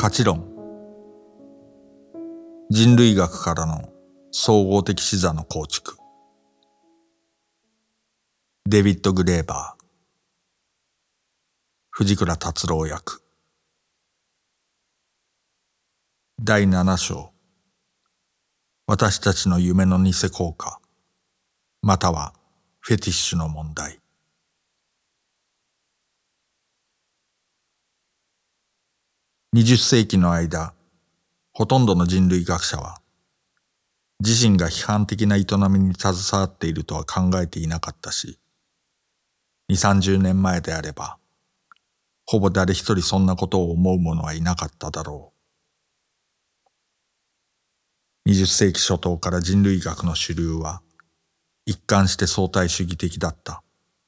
価値論。人類学からの総合的視座の構築。デビッド・グレーバー、藤倉達郎役。第7章。私たちの夢の偽効果、またはフェティッシュの問題。20世紀の間、ほとんどの人類学者は、自身が批判的な営みに携わっているとは考えていなかったし、2、30年前であれば、ほぼ誰一人そんなことを思う者はいなかっただろう。20世紀初頭から人類学の主流は、一貫して相対主義的だった。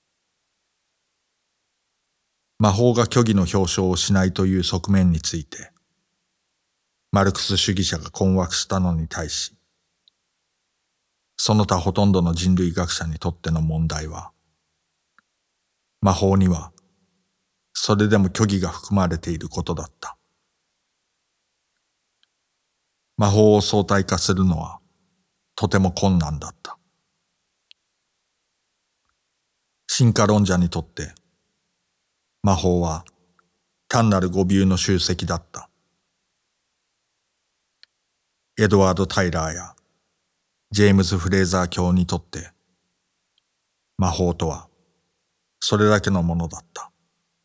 魔法が虚偽の表彰をしないという側面について、マルクス主義者が困惑したのに対し、その他ほとんどの人類学者にとっての問題は、魔法にはそれでも虚偽が含まれていることだった。魔法を相対化するのはとても困難だった。進化論者にとって魔法は単なる誤謬の集積だった。エドワード・タイラーやジェームズ・フレーザー卿にとって魔法とはそれだけのものだった。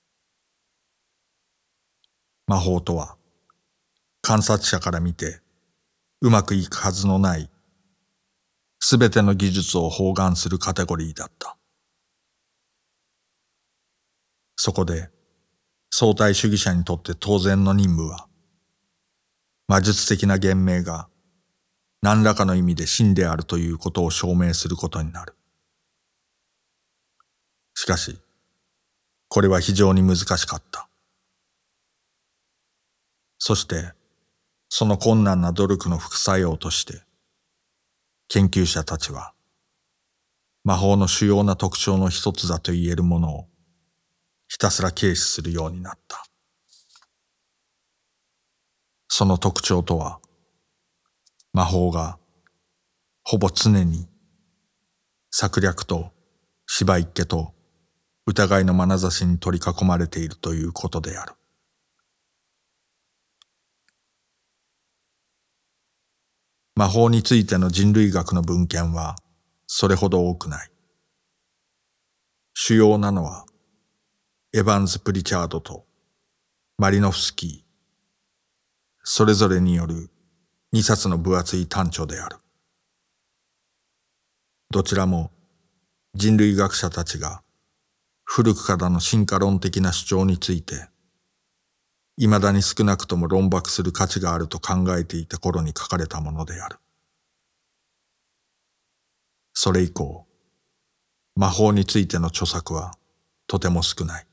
魔法とは観察者から見てうまくいくはずのないすべての技術を包含するカテゴリーだった。そこで相対主義者にとって当然の任務は魔術的な言明が何らかの意味で真であるということを証明することになる。しかし、これは非常に難しかった。そして、その困難な努力の副作用として、研究者たちは、魔法の主要な特徴の一つだと言えるものを、ひたすら軽視するようになった。その特徴とは、魔法が、ほぼ常に、策略と芝居っ気と疑いの眼差しに取り囲まれているということである。魔法についての人類学の文献はそれほど多くない。主要なのはエヴァンズ・プリチャードとマリノフスキー、それぞれによる2冊の分厚い短著である。どちらも人類学者たちが古くからの進化論的な主張について未だに少なくとも論駁する価値があると考えていた頃に書かれたものである。それ以降、魔法についての著作はとても少ない。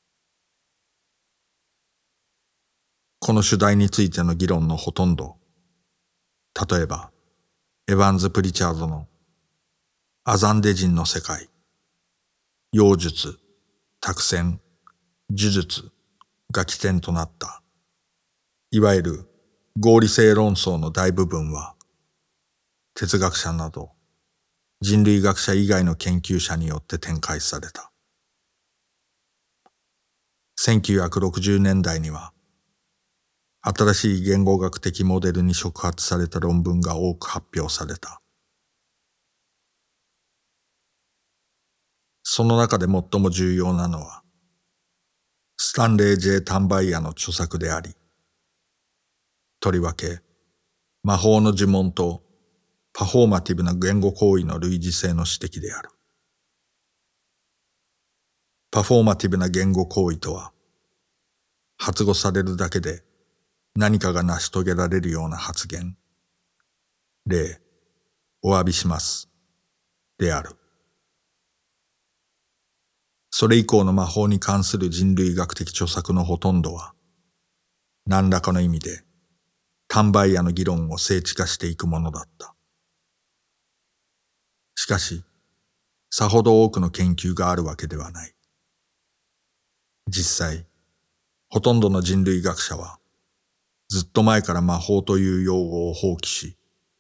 この主題についての議論のほとんど、例えば、エヴァンズ・プリチャードのアザンデ人の世界、妖術、託戦、呪術が起点となった、いわゆる合理性論争の大部分は、哲学者など人類学者以外の研究者によって展開された。1960年代には、新しい言語学的モデルに触発された論文が多く発表された。その中で最も重要なのは、スタンレー・ジェイ・タンバイヤの著作であり、とりわけ、魔法の呪文とパフォーマティブな言語行為の類似性の指摘である。パフォーマティブな言語行為とは、発語されるだけで何かが成し遂げられるような発言、例、お詫びします、である。それ以降の魔法に関する人類学的著作のほとんどは、何らかの意味で、タンバイヤの議論を精緻化していくものだった。しかし、さほど多くの研究があるわけではない。実際、ほとんどの人類学者は、 ずっと前から魔法という用語を放棄し、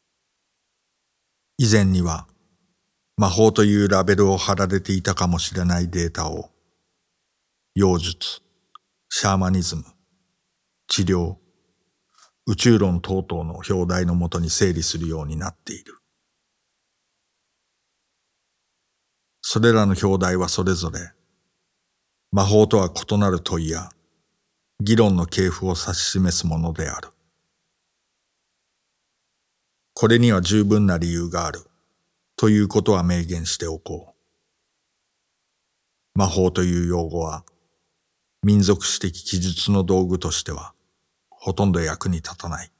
以前には魔法というラベルを貼られていたかもしれないデータを、妖術、シャーマニズム、治療、宇宙論等々の表題のもとに整理するようになっている。それらの表題はそれぞれ、魔法とは異なる問いや、議論の系譜を指し示すものである。これには十分な理由がある、ということは明言しておこう。魔法という用語は、民族史的記述の道具としては、ほとんど役に立たない。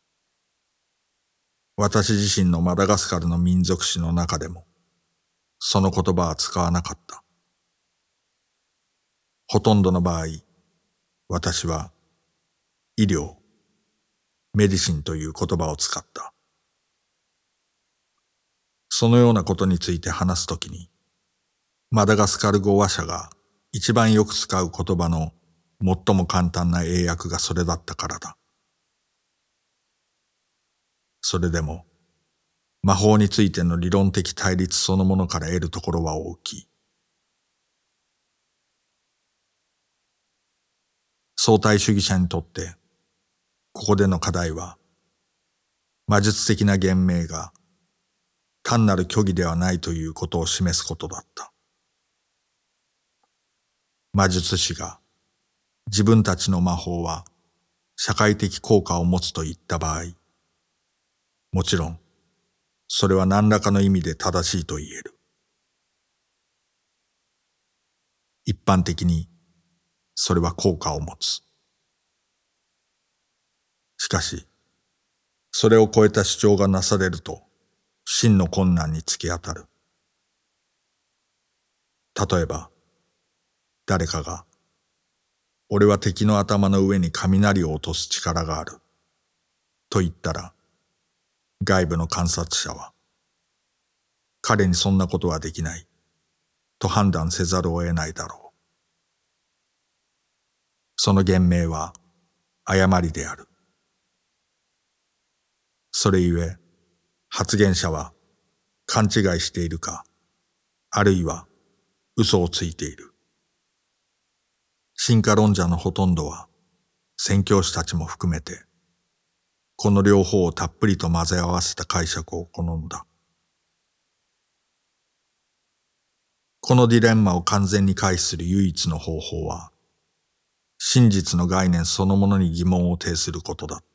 私自身のマダガスカルの民族史の中でも、その言葉は使わなかった。ほとんどの場合、私は、医療、メディシンという言葉を使った。そのようなことについて話すときに、マダガスカル語話者が一番よく使う言葉の最も簡単な英訳がそれだったからだ。それでも、魔法についての理論的対立そのものから得るところは大きい。相対主義者にとって、ここでの課題は、魔術的な言明が単なる虚偽ではないということを示すことだった。魔術師が自分たちの魔法は社会的効果を持つと言った場合、もちろん、それは何らかの意味で正しいと言える。一般的に、それは効果を持つ。しかし、それを超えた主張がなされると、真の困難に突き当たる。例えば、誰かが、俺は敵の頭の上に雷を落とす力がある。と言ったら、外部の観察者は、彼にそんなことはできない。と判断せざるを得ないだろう。その言明は、誤りである。それゆえ、発言者は、勘違いしているか、あるいは、嘘をついている。進化論者のほとんどは、宣教師たちも含めて、この両方をたっぷりと混ぜ合わせた解釈を好んだ。このディレンマを完全に回避する唯一の方法は、真実の概念そのものに疑問を呈することだった。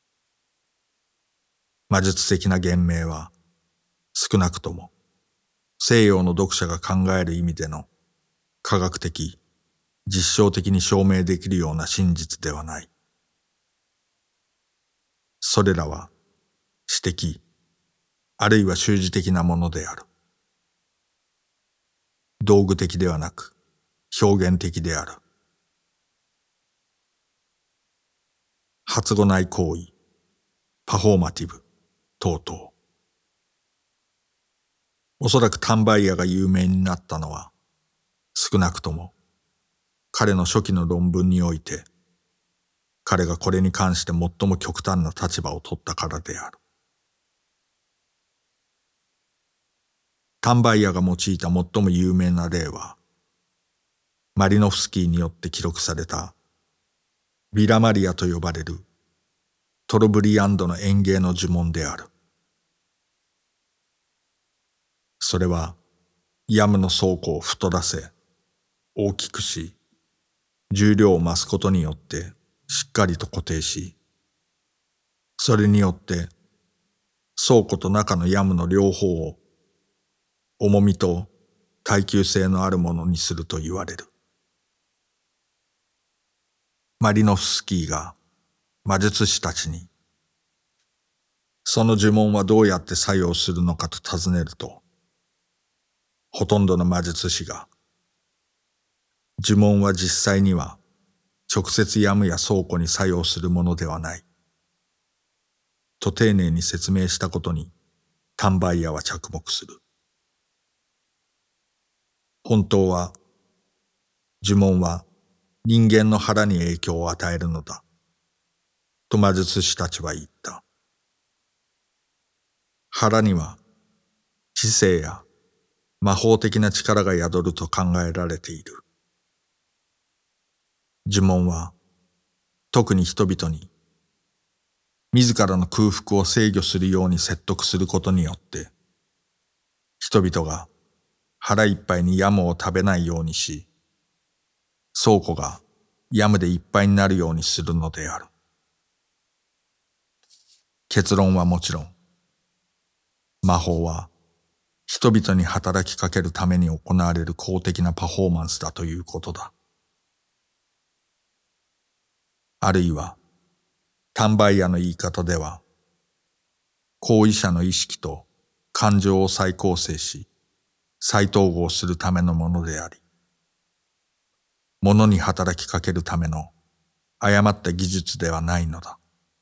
魔術的な言明は、少なくとも、西洋の読者が考える意味での科学的、実証的に証明できるような真実ではない。それらは、詩的、あるいは習字的なものである。道具的ではなく、表現的である。発語内行為、パフォーマティブ、等々。おそらくタンバイヤが有名になったのは、少なくとも、彼の初期の論文において、彼がこれに関して最も極端な立場を取ったからである。タンバイヤが用いた最も有名な例は、マリノフスキーによって記録された、ビラマリアと呼ばれるトロブリアンドの園芸の呪文である。それは、ヤムの倉庫を太らせ、大きくし、重量を増すことによってしっかりと固定し、それによって倉庫と中のヤムの両方を重みと耐久性のあるものにすると言われる。マリノフスキーが魔術師たちに、その呪文はどうやって作用するのかと尋ねると、ほとんどの魔術師が、呪文は実際には直接ヤムや倉庫に作用するものではない。と丁寧に説明したことに、タンバイヤは着目する。本当は、呪文は人間の腹に影響を与えるのだ。 と魔術師たちは言った。腹には知性や魔法的な力が宿ると考えられている。呪文は特に人々に自らの空腹を制御するように説得することによって、人々が腹いっぱいにヤムを食べないようにし、倉庫がヤムでいっぱいになるようにするのである。結論はもちろん、魔法は人々に働きかけるために行われる公的なパフォーマンスだということだ。あるいは、タンバイヤの言い方では、行為者の意識と感情を再構成し、再統合するためのものであり、物に働きかけるための誤った技術ではないのだ。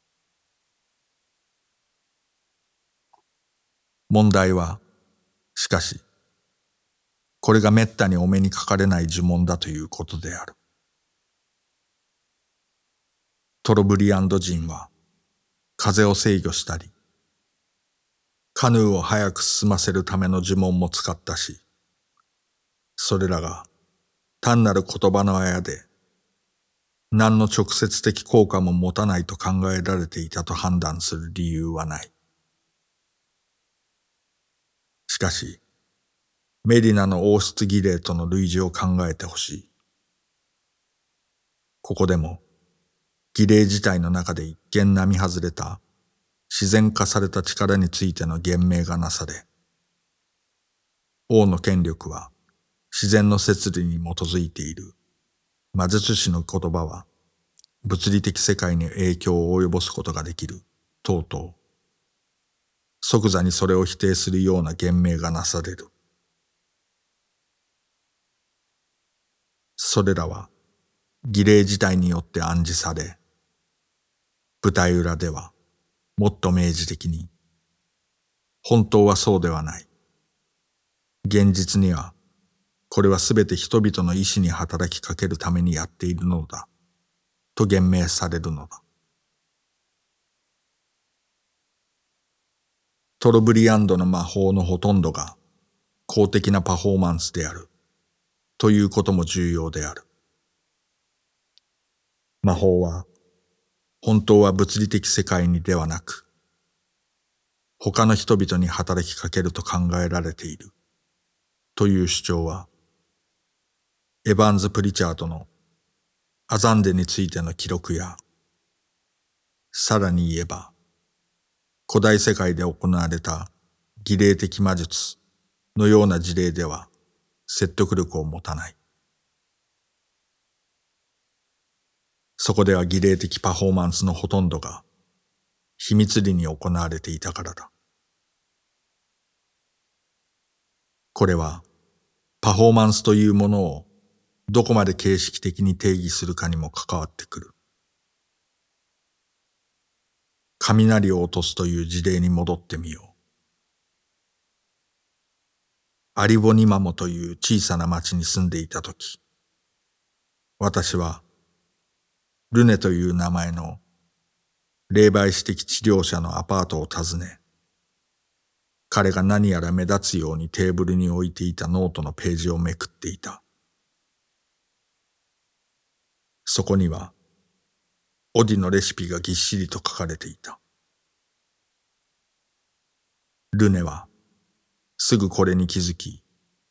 問題は、しかし、これが滅多にお目にかかれない呪文だということである。トロブリアンド人は、風を制御したり、カヌーを早く進ませるための呪文も使ったし、それらが単なる言葉のあやで、何の直接的効果も持たないと考えられていたと判断する理由はない。しかし、メディナの王室儀礼との類似を考えてほしい。ここでも、儀礼自体の中で一見並外れた自然化された力についての言明がなされ、王の権力は自然の摂理に基づいている。魔術師の言葉は物理的世界に影響を及ぼすことができる。等々。即座にそれを否定するような言明がなされる。それらは儀礼自体によって暗示され、舞台裏ではもっと明示的に、本当はそうではない。現実には、これはすべて人々の意志に働きかけるためにやっているのだ、と言明されるのだ。トロブリアンドの魔法のほとんどが公的なパフォーマンスである、ということも重要である。魔法は、本当は物理的世界にではなく、他の人々に働きかけると考えられている、という主張は、エヴァンズ・プリチャードのアザンデについての記録や、さらに言えば、古代世界で行われた儀礼的魔術のような事例では説得力を持たない。そこでは儀礼的パフォーマンスのほとんどが秘密裏に行われていたからだ。これはパフォーマンスというものをどこまで形式的に定義するかにも関わってくる。雷を落とすという事例に戻ってみよう。アリボニマモという小さな町に住んでいたとき、私はルネという名前の霊媒師的治療者のアパートを訪ね、彼が何やら目立つようにテーブルに置いていたノートのページをめくっていた。そこには、オディのレシピがぎっしりと書かれていた。ルネは、すぐこれに気づき、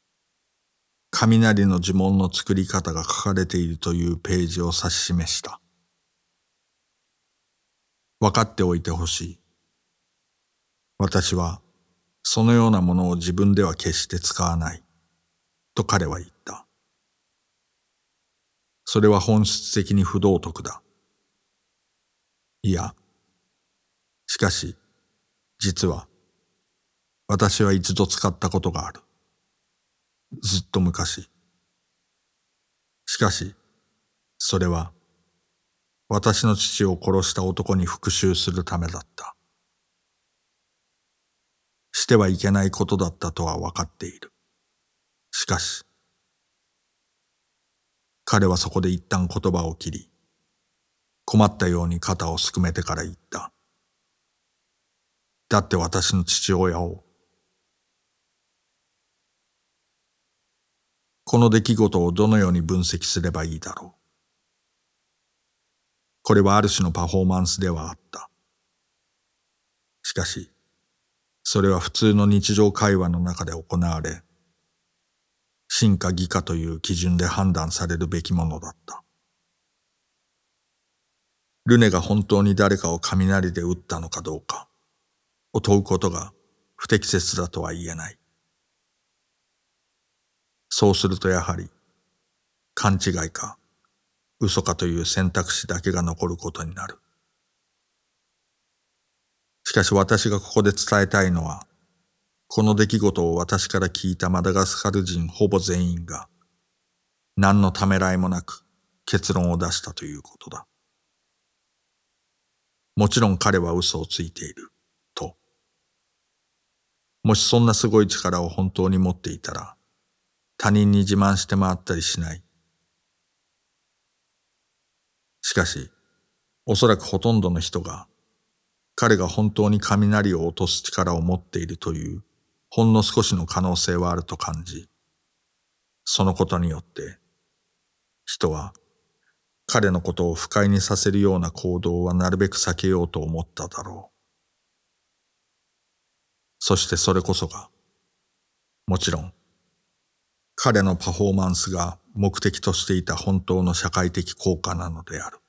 雷の呪文の作り方が書かれているというページを指し示した。分かっておいてほしい。私は、そのようなものを自分では決して使わない、と彼は言った。それは本質的に不道徳だ。いや、しかし、実は、私は一度使ったことがある。ずっと昔。しかし、それは、私の父を殺した男に復讐するためだった。してはいけないことだったとは分かっている。しかし、彼はそこで一旦言葉を切り、 困ったように肩をすくめてから言った。だって私の父親を。この出来事をどのように分析すればいいだろう。これはある種のパフォーマンスではあった。しかし、それは普通の日常会話の中で行われ、真か偽かという基準で判断されるべきものだった。ルネが本当に誰かを雷で撃ったのかどうかを問うことが不適切だとは言えない。そうするとやはり、勘違いか嘘かという選択肢だけが残ることになる。しかし私がここで伝えたいのは、この出来事を私から聞いたマダガスカル人ほぼ全員が、何のためらいもなく結論を出したということだ。もちろん彼は嘘をついている、と。もしそんなすごい力を本当に持っていたら、他人に自慢して回ったりしない。しかし、おそらくほとんどの人が、彼が本当に雷を落とす力を持っているという、ほんの少しの可能性はあると感じ、そのことによって、人は彼のことを不快にさせるような行動はなるべく避けようと思っただろう。そしてそれこそが、もちろん、彼のパフォーマンスが目的としていた本当の社会的効果なのである。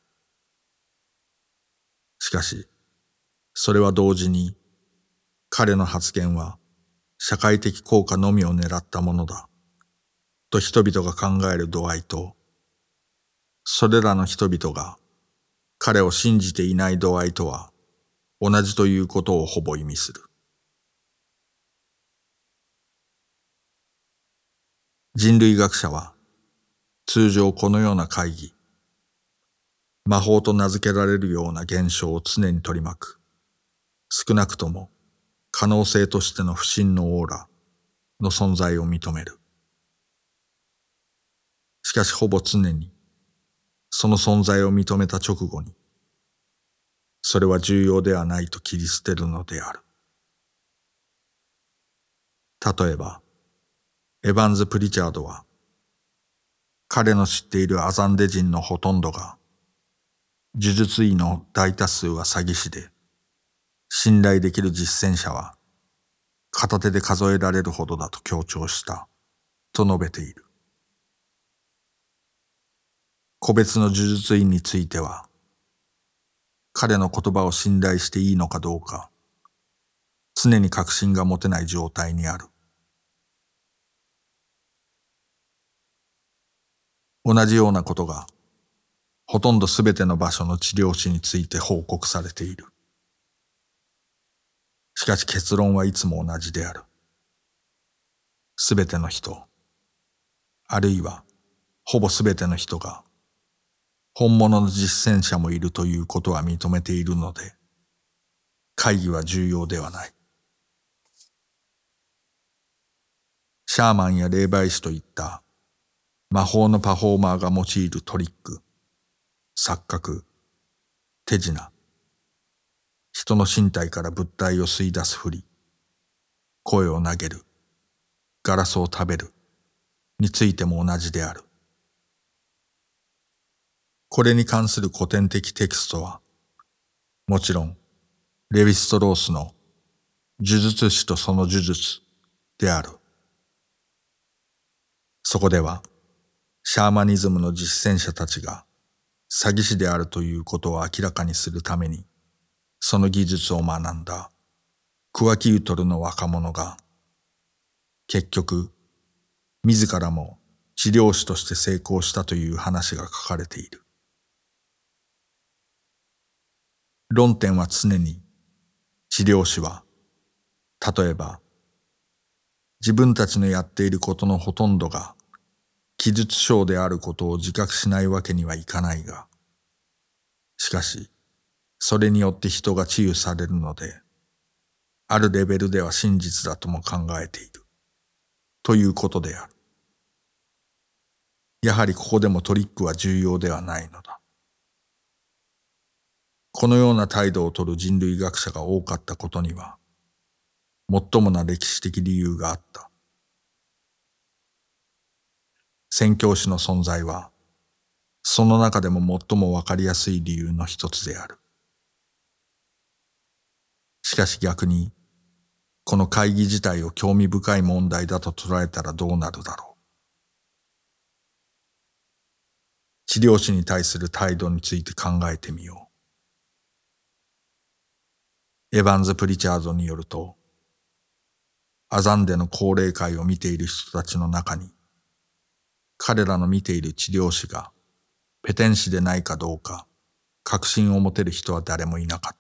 しかし、それは同時に、彼の発言は社会的効果のみを狙ったものだ、と人々が考える度合いと、それらの人々が彼を信じていない度合いとは同じということをほぼ意味する。人類学者は通常このような会議、魔法と名付けられるような現象を常に取り巻く、少なくとも可能性としての不信のオーラの存在を認める。しかしほぼ常にその存在を認めた直後に、それは重要ではないと切り捨てるのである。例えば、エヴァンズ・プリチャードは、彼の知っているアザンデ人のほとんどが、呪術医の大多数は詐欺師で、信頼できる実践者は、片手で数えられるほどだと強調した、と述べている。個別の呪術医については、彼の言葉を信頼していいのかどうか、常に確信が持てない状態にある。同じようなことが、ほとんどすべての場所の治療師について報告されている。しかし結論はいつも同じである。すべての人、あるいはほぼすべての人が、本物の実践者もいるということは認めているので、会議は重要ではない。シャーマンや霊媒師といった魔法のパフォーマーが用いるトリック、錯覚、手品、人の身体から物体を吸い出すふり、声を投げる、ガラスを食べるについても同じである。これに関する古典的テキストは、もちろん、レヴィストロースの呪術師とその呪術である。そこでは、シャーマニズムの実践者たちが詐欺師であるということを明らかにするために、その技術を学んだクワキウトルの若者が、結局、自らも治療師として成功したという話が書かれている。論点は常に、治療師は、例えば、自分たちのやっていることのほとんどが、記述症であることを自覚しないわけにはいかないが、しかし、それによって人が治癒されるので、あるレベルでは真実だとも考えている、ということである。やはりここでもトリックは重要ではないのだ。 このような態度をとる人類学者が多かったことには、もっともな歴史的理由があった。宣教師の存在は、その中でも最もわかりやすい理由の一つである。しかし逆に、この会議自体を興味深い問題だと捉えたらどうなるだろう。治療師に対する態度について考えてみよう。エヴァンズ・プリチャードによると、アザンデの高齢会を見ている人たちの中に、彼らの見ている治療師がペテン師でないかどうか確信を持てる人は誰もいなかった。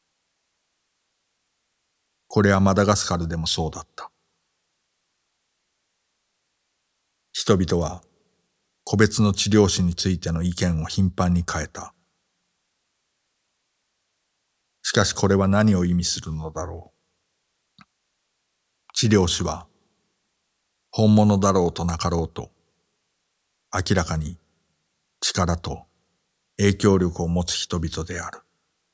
これはマダガスカルでもそうだった。人々は個別の治療師についての意見を頻繁に変えた。しかしこれは何を意味するのだろう。治療師は本物だろうとなかろうと、明らかに力と影響力を持つ人々である。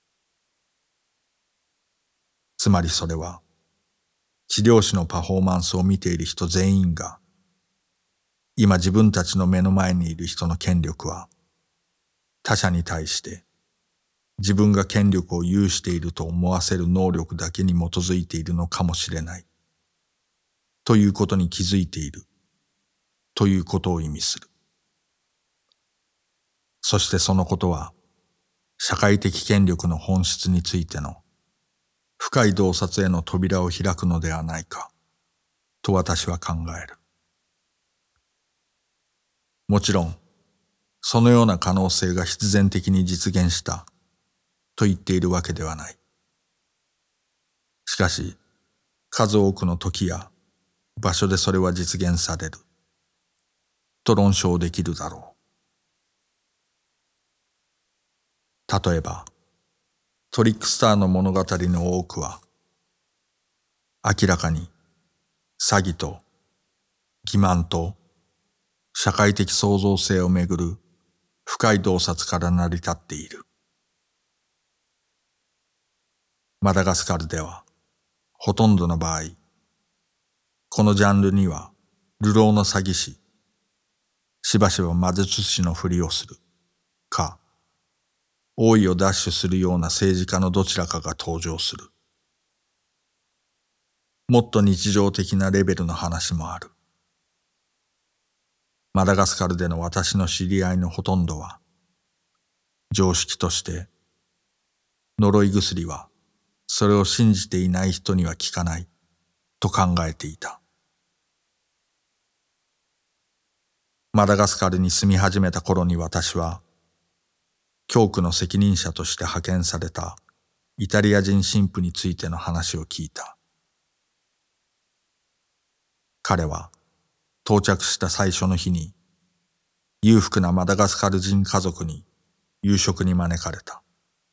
つまりそれは、治療師のパフォーマンスを見ている人全員が、今自分たちの目の前にいる人の権力は、他者に対して自分が権力を有していると思わせる能力だけに基づいているのかもしれない。ということに気づいている。ということを意味する。そしてそのことは、社会的権力の本質についての深い洞察への扉を開くのではないか、と私は考える。もちろん、そのような可能性が必然的に実現したと言っているわけではない。しかし、数多くの時や場所でそれは実現されると論証できるだろう。例えば、トリックスターの物語の多くは、明らかに詐欺と欺瞞と社会的創造性をめぐる深い洞察から成り立っている。マダガスカルでは、ほとんどの場合、このジャンルには、流浪の詐欺師、しばしば魔術師のふりをする、か、王位を奪取するような政治家のどちらかが登場する。もっと日常的なレベルの話もある。マダガスカルでの私の知り合いのほとんどは、常識として、呪い薬は、それを信じていない人には効かない、と考えていた。マダガスカルに住み始めた頃に私は、教区の責任者として派遣されたイタリア人神父についての話を聞いた。彼は到着した最初の日に裕福なマダガスカル人家族に夕食に招かれた。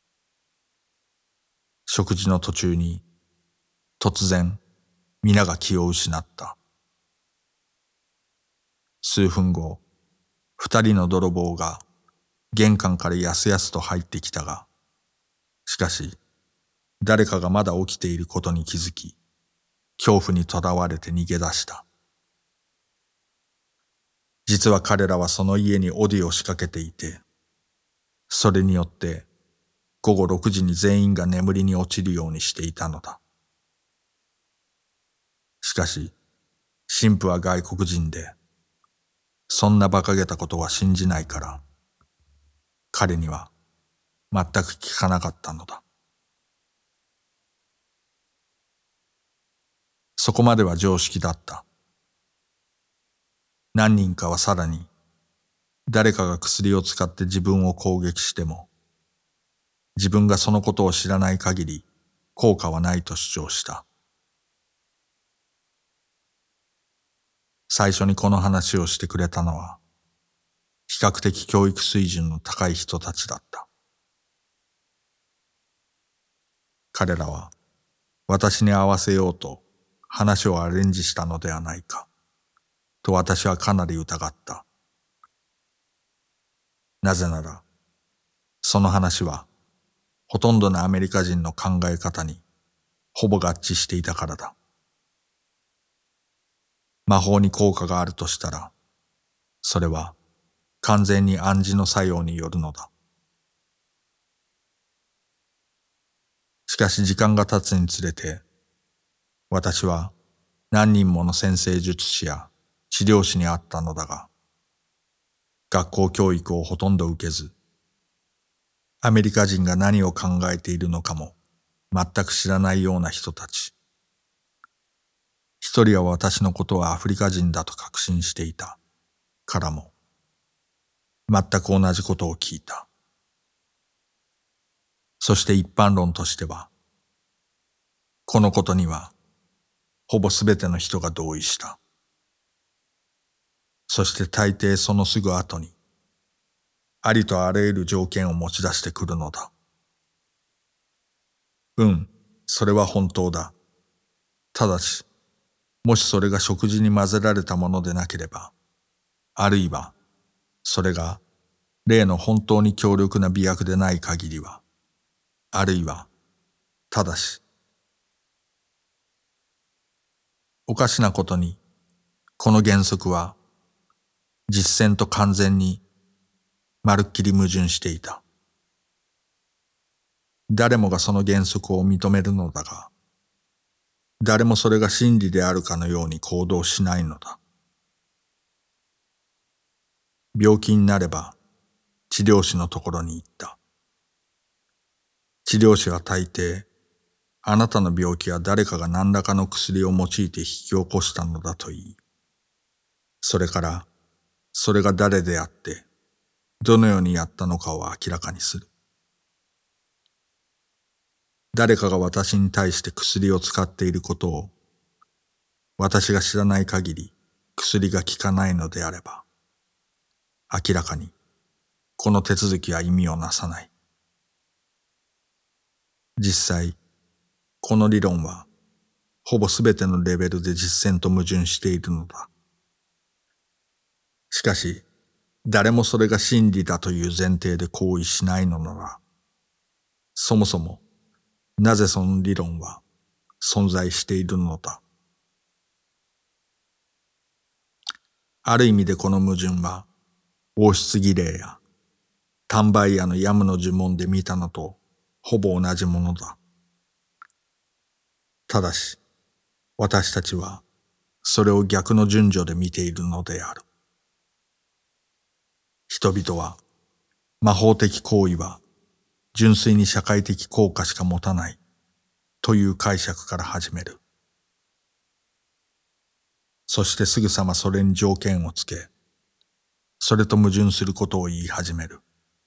食事の途中に突然皆が気を失った。数分後、二人の泥棒が玄関からやすやすと入ってきたが、しかし誰かがまだ起きていることに気づき、恐怖にとらわれて逃げ出した。実は彼らはその家にオディを仕掛けていて、それによって午後6時に全員が眠りに落ちるようにしていたのだ。しかし、神父は外国人で、そんな馬鹿げたことは信じないから、彼には全く聞かなかったのだ。そこまでは常識だった。何人かはさらに、誰かが薬を使って自分を攻撃しても、自分がそのことを知らない限り効果はないと主張した。最初にこの話をしてくれたのは、比較的教育水準の高い人たちだった。彼らは私に合わせようと話をアレンジしたのではないか、と私はかなり疑った。なぜなら、その話はほとんどのアメリカ人の考え方にほぼ合致していたからだ。魔法に効果があるとしたら、それは完全に暗示の作用によるのだ。しかし時間が経つにつれて、私は何人もの占星術師や治療師に会ったのだが、学校教育をほとんど受けず、アメリカ人が何を考えているのかも全く知らないような人たち。一人は私のことはアフリカ人だと確信していたからも、全く同じことを聞いた。そして一般論としては、このことにはほぼすべての人が同意した。そして大抵そのすぐ後に、ありとあらゆる条件を持ち出してくるのだ。それは本当だ。ただし、もしそれが食事に混ぜられたものでなければ、あるいは、それが例の本当に強力な美薬でない限りは、あるいは、ただし、おかしなことに、この原則は、実践と完全に、まるっきり矛盾していた。誰もがその原則を認めるのだが、誰もそれが真理であるかのように行動しないのだ。病気になれば、治療師のところに行った。治療師は大抵、あなたの病気は誰かが何らかの薬を用いて引き起こしたのだと言い、それから、それが誰であって、どのようにやったのかを明らかにする。誰かが私に対して薬を使っていることを、私が知らない限り薬が効かないのであれば、明らかにこの手続きは意味をなさない。実際、この理論はほぼすべてのレベルで実践と矛盾しているのだ。しかし、誰もそれが真理だという前提で行為しないのなら、そもそもなぜその理論は存在しているのだ。ある意味でこの矛盾は、王室儀礼や丹梅屋のヤムの呪文で見たのとほぼ同じものだ。ただし、私たちはそれを逆の順序で見ているのである。人々は魔法的行為は純粋に社会的効果しか持たないという解釈から始める。そしてすぐさまそれに条件をつけ、それと矛盾することを言い始める。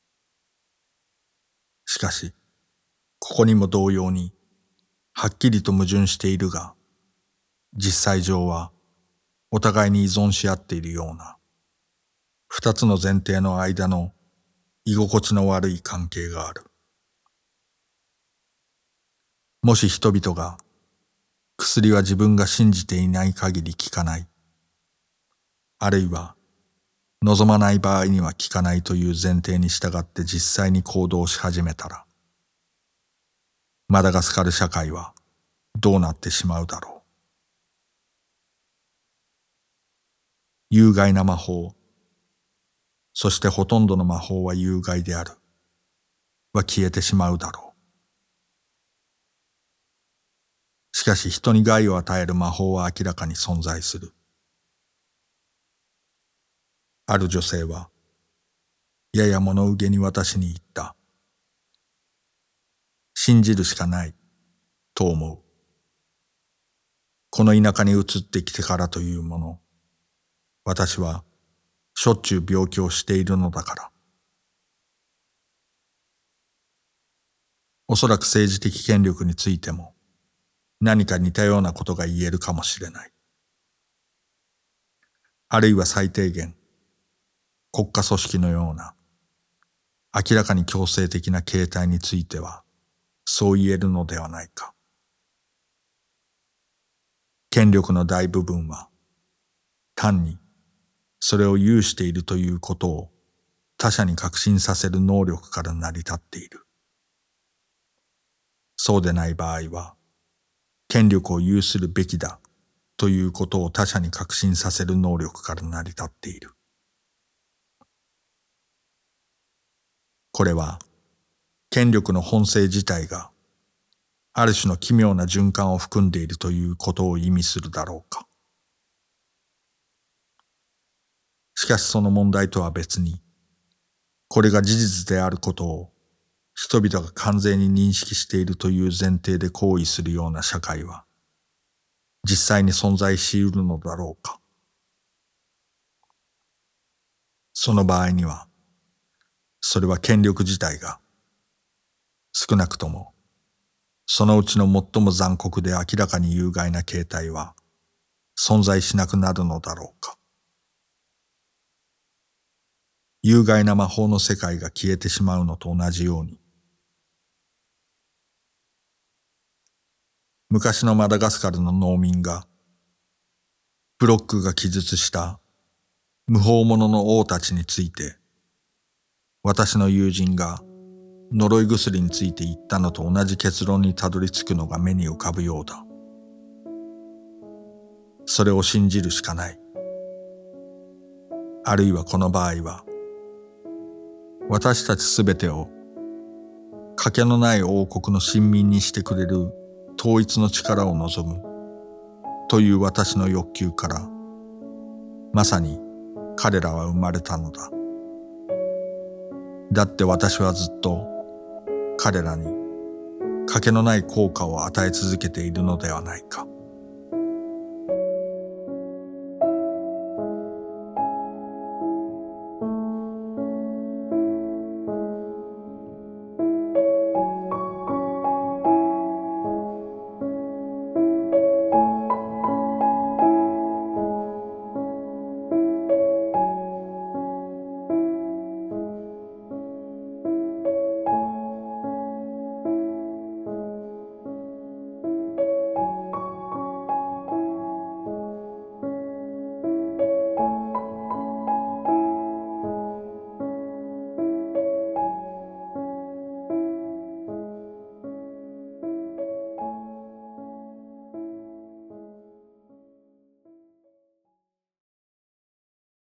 しかし、ここにも同様に、はっきりと矛盾しているが、実際上はお互いに依存し合っているような、二つの前提の間の居心地の悪い関係がある。もし人々が薬は自分が信じていない限り効かない、あるいは望まない場合には効かないという前提に従って実際に行動し始めたら、マダガスカル社会はどうなってしまうだろう。有害な魔法、そしてほとんどの魔法は有害である、は消えてしまうだろう。しかし人に害を与える魔法は明らかに存在する。ある女性は、やや物憂げに私に言った。信じるしかない、と思う。この田舎に移ってきてからというもの、私はしょっちゅう病気をしているのだから。おそらく政治的権力についても何か似たようなことが言えるかもしれない。あるいは最低限、国家組織のような明らかに強制的な形態についてはそう言えるのではないか。権力の大部分は単にそれを有しているということを他者に確信させる能力から成り立っている。 そうでない場合は、権力を有するべきだということを他者に確信させる能力から成り立っている。これは、権力の本性自体が、ある種の奇妙な循環を含んでいるということを意味するだろうか。しかしその問題とは別に、これが事実であることを人々が完全に認識しているという前提で行為するような社会は、実際に存在し得るのだろうか。その場合には、それは権力自体が、少なくとも、そのうちの最も残酷で明らかに有害な形態は、存在しなくなるのだろうか。有害な魔法の世界が消えてしまうのと同じように、昔のマダガスカルの農民が、ブロックが記述した無法者の王たちについて、私の友人が呪い薬について言ったのと同じ結論にたどり着くのが目に浮かぶようだ。それを信じるしかない。あるいはこの場合は、私たちすべてを賭けのない王国の臣民にしてくれる統一の力を望むという私の欲求から、まさに彼らは生まれたのだ。だって私はずっと彼らに賭けのない効果を与え続けているのではないか。